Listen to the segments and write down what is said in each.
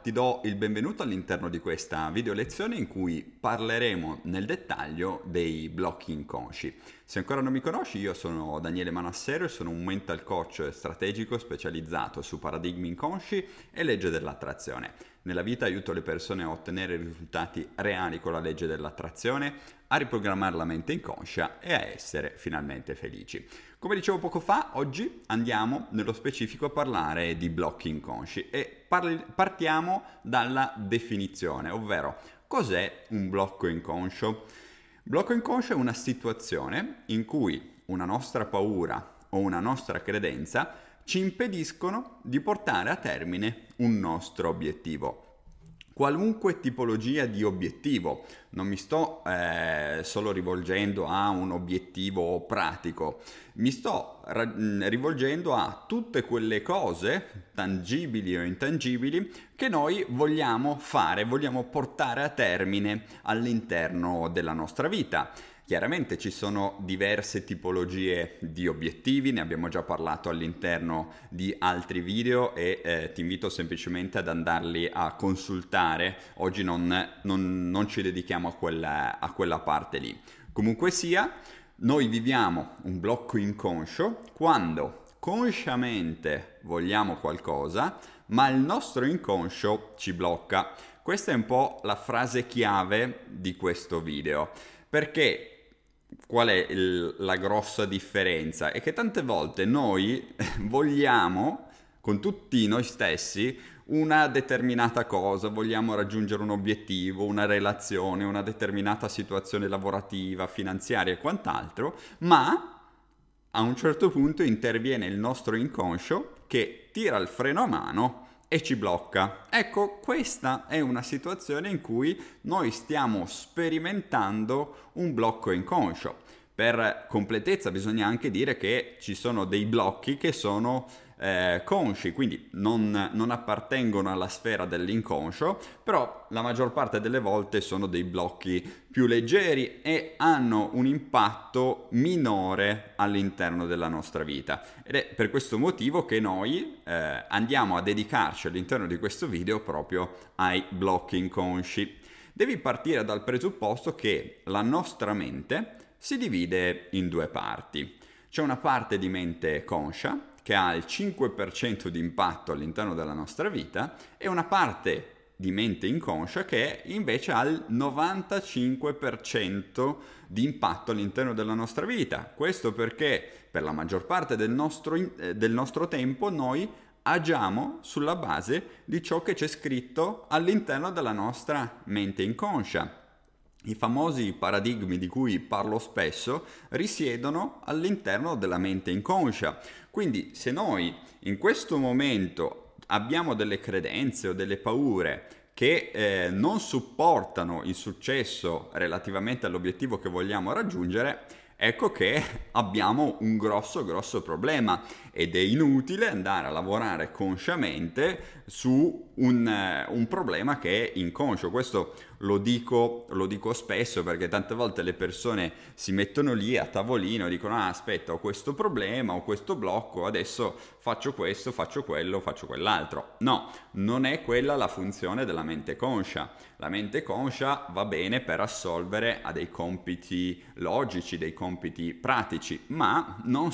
Ti do il benvenuto all'interno di questa video lezione in cui parleremo nel dettaglio dei blocchi inconsci. Se ancora non mi conosci, io sono Daniele Manassero e sono un mental coach strategico specializzato su paradigmi inconsci e legge dell'attrazione. Nella vita aiuto le persone a ottenere risultati reali con la legge dell'attrazione, a riprogrammare la mente inconscia e a essere finalmente felici. Come dicevo poco fa, oggi andiamo nello specifico a parlare di blocchi inconsci e partiamo dalla definizione, ovvero cos'è un blocco inconscio? Blocco inconscio è una situazione in cui una nostra paura o una nostra credenza ci impediscono di portare a termine un nostro obiettivo. Qualunque tipologia di obiettivo, non mi sto solo rivolgendo a un obiettivo pratico, mi sto rivolgendo a tutte quelle cose, tangibili o intangibili, che noi vogliamo fare, vogliamo portare a termine all'interno della nostra vita. Chiaramente ci sono diverse tipologie di obiettivi, ne abbiamo già parlato all'interno di altri video e ti invito semplicemente ad andarli a consultare. Oggi non ci dedichiamo a quella parte lì. Comunque sia, noi viviamo un blocco inconscio quando consciamente vogliamo qualcosa, ma il nostro inconscio ci blocca. Questa è un po' la frase chiave di questo video, perché qual è la grossa differenza? È che tante volte noi vogliamo, con tutti noi stessi, una determinata cosa, vogliamo raggiungere un obiettivo, una relazione, una determinata situazione lavorativa, finanziaria e quant'altro, ma a un certo punto interviene il nostro inconscio che tira il freno a mano e ci blocca. Ecco, questa è una situazione in cui noi stiamo sperimentando un blocco inconscio. Per completezza bisogna anche dire che ci sono dei blocchi che sono consci, quindi non appartengono alla sfera dell'inconscio, però la maggior parte delle volte sono dei blocchi più leggeri e hanno un impatto minore all'interno della nostra vita. Ed è per questo motivo che noi andiamo a dedicarci all'interno di questo video proprio ai blocchi inconsci. Devi partire dal presupposto che la nostra mente si divide in due parti. C'è una parte di mente conscia che ha il 5% di impatto all'interno della nostra vita e una parte di mente inconscia che invece ha il 95% di impatto all'interno della nostra vita. Questo perché per la maggior parte del nostro tempo noi agiamo sulla base di ciò che c'è scritto all'interno della nostra mente inconscia. I famosi paradigmi di cui parlo spesso risiedono all'interno della mente inconscia. Quindi se noi in questo momento abbiamo delle credenze o delle paure che non supportano il successo relativamente all'obiettivo che vogliamo raggiungere, ecco che abbiamo un grosso problema ed è inutile andare a lavorare consciamente su un problema che è inconscio. Questo lo dico spesso perché tante volte le persone si mettono lì a tavolino e dicono aspetta, ho questo problema, ho questo blocco, adesso faccio questo, faccio quello, faccio quell'altro. No, non è quella la funzione della mente conscia. La mente conscia va bene per assolvere a dei compiti logici, dei compiti pratici, ma non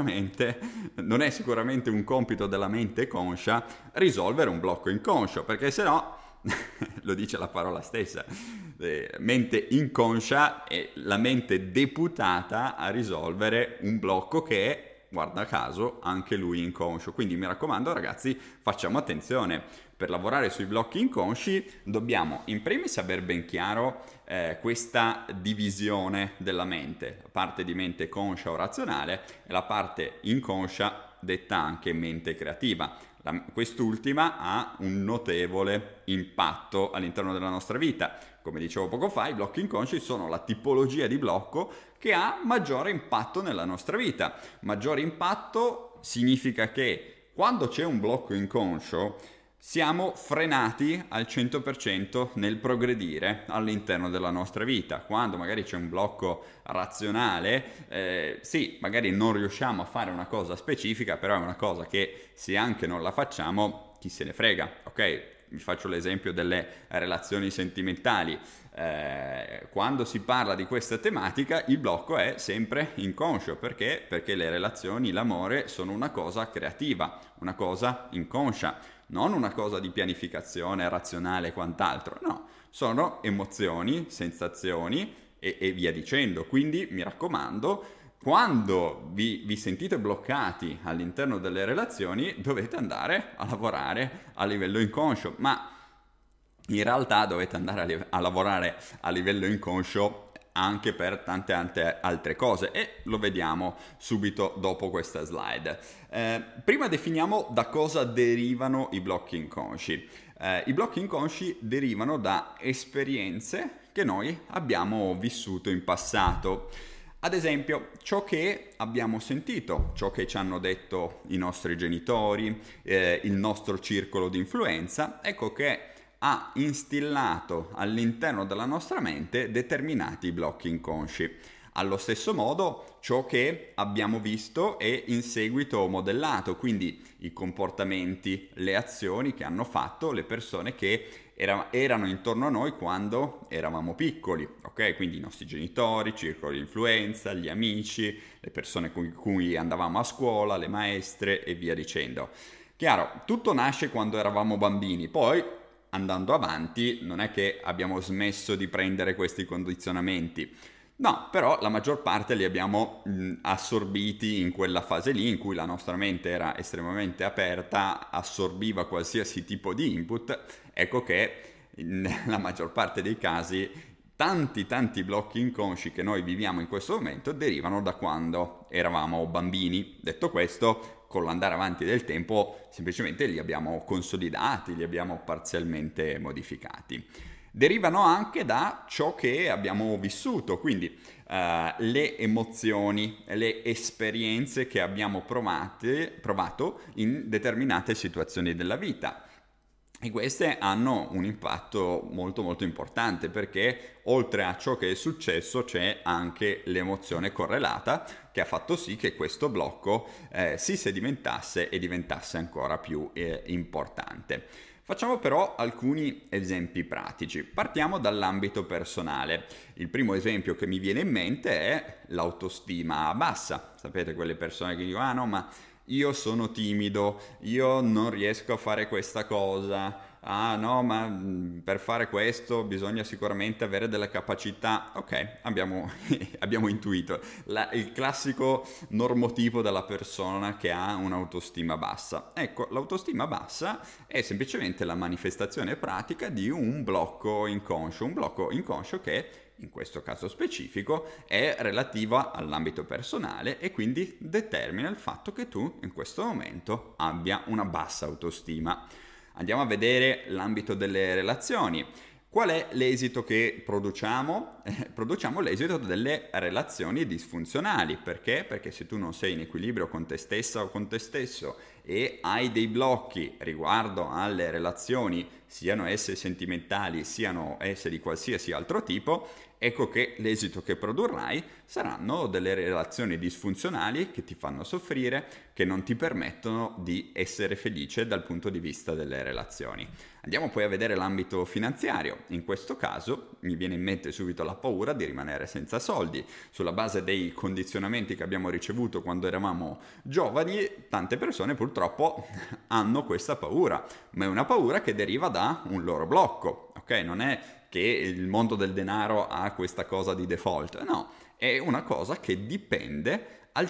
è sicuramente un compito della mente conscia risolvere un blocco inconscio, perché se no lo dice la parola stessa, mente inconscia è la mente deputata a risolvere un blocco che è, guarda caso, anche lui inconscio. Quindi mi raccomando ragazzi, facciamo attenzione. Per lavorare sui blocchi inconsci dobbiamo in primis aver ben chiaro questa divisione della mente, la parte di mente conscia o razionale e la parte inconscia detta anche mente creativa. Quest'ultima ha un notevole impatto all'interno della nostra vita. Come dicevo poco fa, i blocchi inconsci sono la tipologia di blocco che ha maggiore impatto nella nostra vita. Maggiore impatto significa che quando c'è un blocco inconscio siamo frenati al 100% nel progredire all'interno della nostra vita. Quando magari c'è un blocco razionale, sì, magari non riusciamo a fare una cosa specifica, però è una cosa che se anche non la facciamo, chi se ne frega, ok? vi faccio l'esempio delle relazioni sentimentali. Quando si parla di questa tematica il blocco è sempre inconscio. Perché? Perché le relazioni, l'amore sono una cosa creativa, una cosa inconscia, non una cosa di pianificazione razionale e quant'altro, no, sono emozioni, sensazioni e via dicendo. Quindi mi raccomando, quando vi sentite bloccati all'interno delle relazioni dovete andare a lavorare a livello inconscio, ma in realtà dovete andare a lavorare a livello inconscio anche per tante altre cose e lo vediamo subito dopo questa slide. Prima definiamo da cosa derivano i blocchi inconsci. I blocchi inconsci derivano da esperienze che noi abbiamo vissuto in passato. Ad esempio, ciò che abbiamo sentito, ciò che ci hanno detto i nostri genitori, il nostro circolo di influenza, ecco che ha instillato all'interno della nostra mente determinati blocchi inconsci. Allo stesso modo, ciò che abbiamo visto e in seguito modellato, quindi i comportamenti, le azioni che hanno fatto le persone che erano intorno a noi quando eravamo piccoli, ok? Quindi i nostri genitori, circolo di influenza, gli amici, le persone con cui andavamo a scuola, le maestre e via dicendo. Chiaro, tutto nasce quando eravamo bambini, poi andando avanti non è che abbiamo smesso di prendere questi condizionamenti. No, però la maggior parte li abbiamo assorbiti in quella fase lì in cui la nostra mente era estremamente aperta, assorbiva qualsiasi tipo di input. Ecco che nella maggior parte dei casi tanti blocchi inconsci che noi viviamo in questo momento derivano da quando eravamo bambini. Detto questo, con l'andare avanti del tempo semplicemente li abbiamo consolidati, li abbiamo parzialmente modificati. Derivano anche da ciò che abbiamo vissuto, quindi le emozioni, le esperienze che abbiamo provato in determinate situazioni della vita. E queste hanno un impatto molto importante perché oltre a ciò che è successo c'è anche l'emozione correlata che ha fatto sì che questo blocco si sedimentasse e diventasse ancora più importante. Facciamo però alcuni esempi pratici. Partiamo dall'ambito personale. Il primo esempio che mi viene in mente è l'autostima bassa. Sapete, quelle persone che dicono: ah no, ma io sono timido, io non riesco a fare questa cosa, ah no, ma per fare questo bisogna sicuramente avere delle capacità. Ok, abbiamo intuito il classico normotipo della persona che ha un'autostima bassa. Ecco, l'autostima bassa è semplicemente la manifestazione pratica di un blocco inconscio che in questo caso specifico è relativa all'ambito personale e quindi determina il fatto che tu in questo momento abbia una bassa autostima. Andiamo a vedere l'ambito delle relazioni. Qual è l'esito che produciamo? Produciamo l'esito delle relazioni disfunzionali. Perché? Perché se tu non sei in equilibrio con te stessa o con te stesso e hai dei blocchi riguardo alle relazioni, siano esse sentimentali, siano esse di qualsiasi altro tipo, ecco che l'esito che produrrai saranno delle relazioni disfunzionali che ti fanno soffrire, che non ti permettono di essere felice dal punto di vista delle relazioni. Andiamo poi a vedere l'ambito finanziario. In questo caso mi viene in mente subito la paura di rimanere senza soldi. Sulla base dei condizionamenti che abbiamo ricevuto quando eravamo giovani, tante persone purtroppo hanno questa paura, ma è una paura che deriva da un loro blocco, ok? Non è che il mondo del denaro ha questa cosa di default, no, è una cosa che dipende al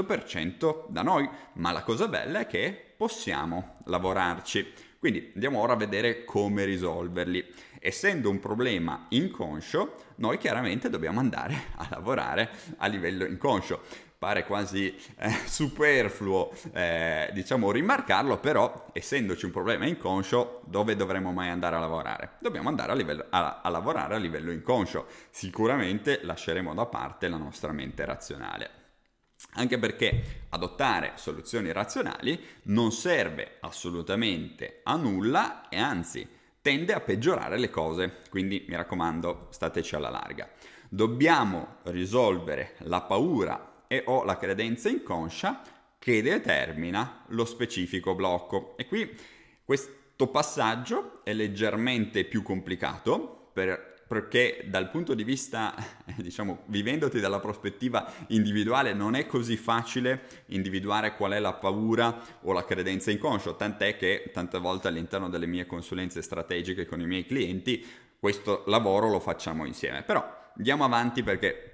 100% da noi, ma la cosa bella è che possiamo lavorarci. Quindi andiamo ora a vedere come risolverli. Essendo un problema inconscio, noi chiaramente dobbiamo andare a lavorare a livello inconscio. Pare quasi superfluo rimarcarlo, però essendoci un problema inconscio, dove dovremmo mai andare a lavorare? Dobbiamo andare a lavorare a livello inconscio. Sicuramente lasceremo da parte la nostra mente razionale. Anche perché adottare soluzioni razionali non serve assolutamente a nulla e anzi tende a peggiorare le cose. Quindi mi raccomando, stateci alla larga. Dobbiamo risolvere la paura e o la credenza inconscia che determina lo specifico blocco. E qui questo Questo passaggio è leggermente più complicato perché dal punto di vista, diciamo, vivendoti dalla prospettiva individuale, non è così facile individuare qual è la paura o la credenza inconscia, tant'è che tante volte all'interno delle mie consulenze strategiche con i miei clienti questo lavoro lo facciamo insieme. Però andiamo avanti perché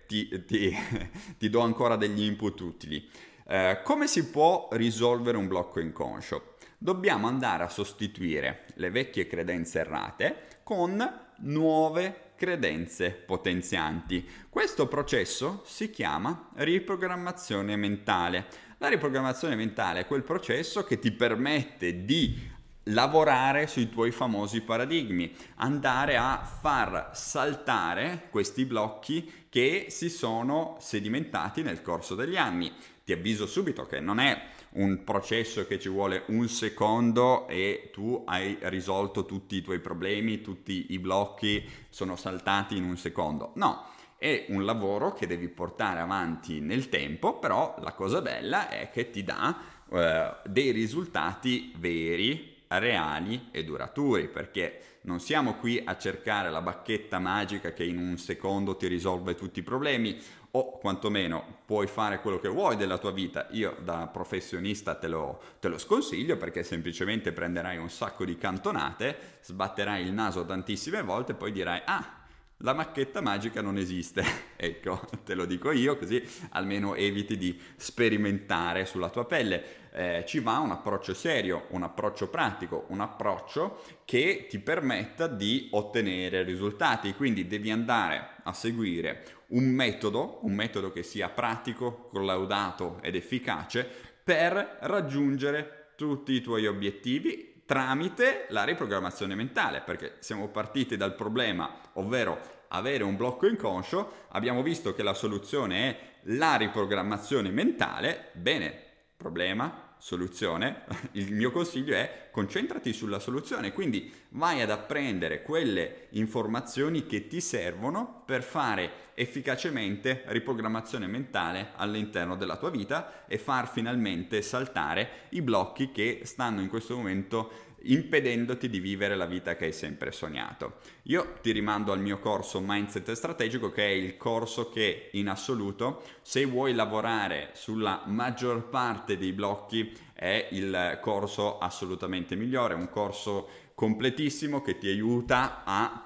ti do ancora degli input utili. Come si può risolvere un blocco inconscio? Dobbiamo andare a sostituire le vecchie credenze errate con nuove credenze potenzianti. Questo processo si chiama riprogrammazione mentale. La riprogrammazione mentale è quel processo che ti permette di lavorare sui tuoi famosi paradigmi, andare a far saltare questi blocchi che si sono sedimentati nel corso degli anni. Ti avviso subito che non è un processo che ci vuole un secondo e tu hai risolto tutti i tuoi problemi, tutti i blocchi sono saltati in un secondo. No, è un lavoro che devi portare avanti nel tempo, però la cosa bella è che ti dà dei risultati veri, reali e duraturi, perché non siamo qui a cercare la bacchetta magica che in un secondo ti risolve tutti i problemi, o quantomeno puoi fare quello che vuoi della tua vita. Io da professionista te lo sconsiglio, perché semplicemente prenderai un sacco di cantonate, sbatterai il naso tantissime volte e poi dirai la bacchetta magica non esiste. Ecco, te lo dico io, così almeno eviti di sperimentare sulla tua pelle. Ci va un approccio serio, un approccio pratico, un approccio che ti permetta di ottenere risultati. Quindi devi andare a seguire un metodo che sia pratico, collaudato ed efficace per raggiungere tutti i tuoi obiettivi tramite la riprogrammazione mentale, perché siamo partiti dal problema, ovvero avere un blocco inconscio, abbiamo visto che la soluzione è la riprogrammazione mentale. Bene, problema, soluzione, il mio consiglio è concentrati sulla soluzione, quindi vai ad apprendere quelle informazioni che ti servono per fare efficacemente riprogrammazione mentale all'interno della tua vita e far finalmente saltare i blocchi che stanno in questo momento impedendoti di vivere la vita che hai sempre sognato. Io ti rimando al mio corso Mindset Strategico, che è il corso che in assoluto, se vuoi lavorare sulla maggior parte dei blocchi, è il corso assolutamente migliore, un corso completissimo che ti aiuta a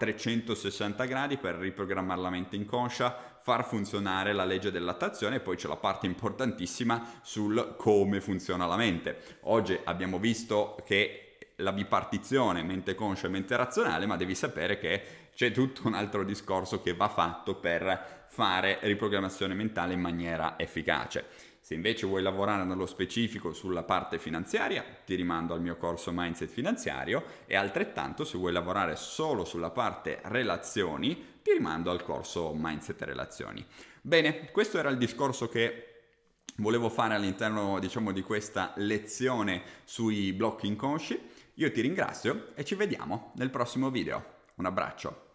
360 gradi per riprogrammare la mente inconscia, far funzionare la legge dell'attrazione, e poi c'è la parte importantissima sul come funziona la mente. Oggi abbiamo visto che la bipartizione mente conscia e mente razionale, ma devi sapere che c'è tutto un altro discorso che va fatto per fare riprogrammazione mentale in maniera efficace. Se invece vuoi lavorare nello specifico sulla parte finanziaria, ti rimando al mio corso Mindset Finanziario, e altrettanto se vuoi lavorare solo sulla parte relazioni, ti rimando al corso Mindset Relazioni. Bene, questo era il discorso che volevo fare all'interno, diciamo, di questa lezione sui blocchi inconsci. Io ti ringrazio e ci vediamo nel prossimo video. Un abbraccio.